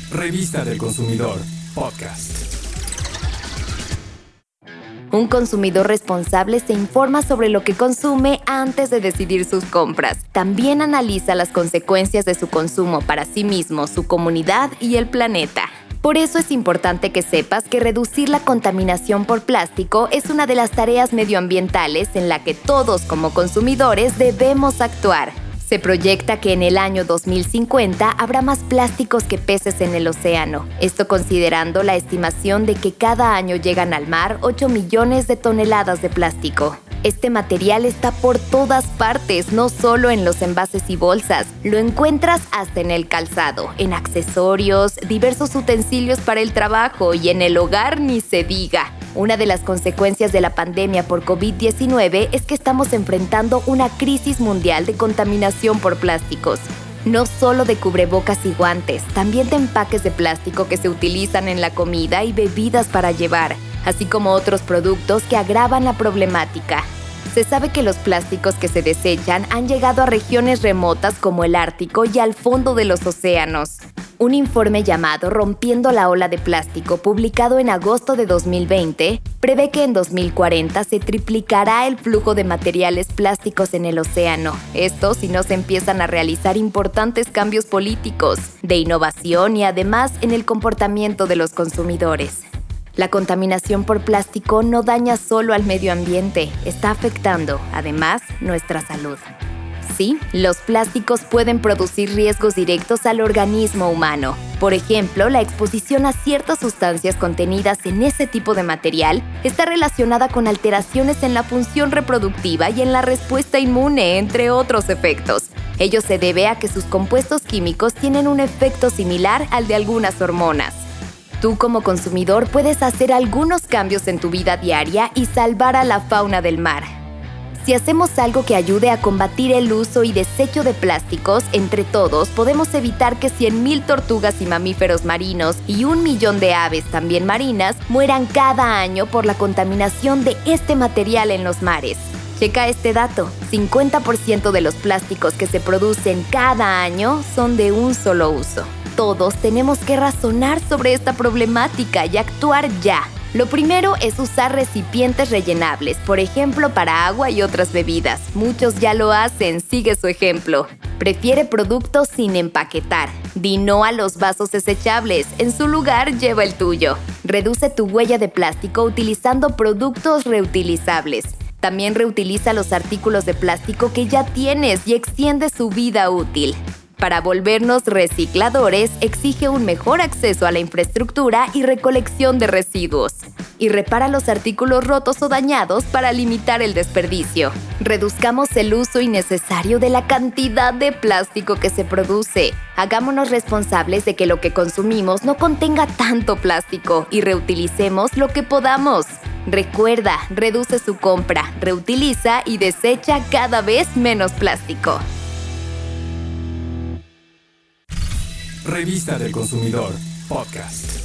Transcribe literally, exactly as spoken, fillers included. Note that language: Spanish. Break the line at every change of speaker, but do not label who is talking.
Revista del Consumidor, podcast.
Un consumidor responsable se informa sobre lo que consume antes de decidir sus compras. También analiza las consecuencias de su consumo para sí mismo, su comunidad y el planeta. Por eso es importante que sepas que reducir la contaminación por plástico es una de las tareas medioambientales en la que todos como consumidores debemos actuar. Se proyecta que en el año dos mil cincuenta habrá más plásticos que peces en el océano. Esto considerando la estimación de que cada año llegan al mar ocho millones de toneladas de plástico. Este material está por todas partes, no solo en los envases y bolsas. Lo encuentras hasta en el calzado, en accesorios, diversos utensilios para el trabajo y en el hogar ni se diga. Una de las consecuencias de la pandemia por covid diecinueve es que estamos enfrentando una crisis mundial de contaminación por plásticos. No solo de cubrebocas y guantes, también de empaques de plástico que se utilizan en la comida y bebidas para llevar, así como otros productos que agravan la problemática. Se sabe que los plásticos que se desechan han llegado a regiones remotas como el Ártico y al fondo de los océanos. Un informe llamado Rompiendo la ola de plástico, publicado en agosto de dos mil veinte, prevé que en dos mil cuarenta se triplicará el flujo de materiales plásticos en el océano. Esto si no se empiezan a realizar importantes cambios políticos, de innovación y además en el comportamiento de los consumidores. La contaminación por plástico no daña solo al medio ambiente, está afectando, además, nuestra salud. Sí, los plásticos pueden producir riesgos directos al organismo humano. Por ejemplo, la exposición a ciertas sustancias contenidas en ese tipo de material está relacionada con alteraciones en la función reproductiva y en la respuesta inmune, entre otros efectos. Ello se debe a que sus compuestos químicos tienen un efecto similar al de algunas hormonas. Tú como consumidor puedes hacer algunos cambios en tu vida diaria y salvar a la fauna del mar. Si hacemos algo que ayude a combatir el uso y desecho de plásticos, entre todos podemos evitar que cien mil tortugas y mamíferos marinos y un millón de aves también marinas mueran cada año por la contaminación de este material en los mares. Checa este dato, cincuenta por ciento de los plásticos que se producen cada año son de un solo uso. Todos tenemos que razonar sobre esta problemática y actuar ya. Lo primero es usar recipientes rellenables, por ejemplo para agua y otras bebidas. Muchos ya lo hacen, sigue su ejemplo. Prefiere productos sin empaquetar. Di no a los vasos desechables, en su lugar lleva el tuyo. Reduce tu huella de plástico utilizando productos reutilizables. También reutiliza los artículos de plástico que ya tienes y extiende su vida útil. Para volvernos recicladores, exige un mejor acceso a la infraestructura y recolección de residuos. Y repara los artículos rotos o dañados para limitar el desperdicio. Reduzcamos el uso innecesario de la cantidad de plástico que se produce. Hagámonos responsables de que lo que consumimos no contenga tanto plástico y reutilicemos lo que podamos. Recuerda, reduce su compra, reutiliza y desecha cada vez menos plástico.
Revista del Consumidor, podcast.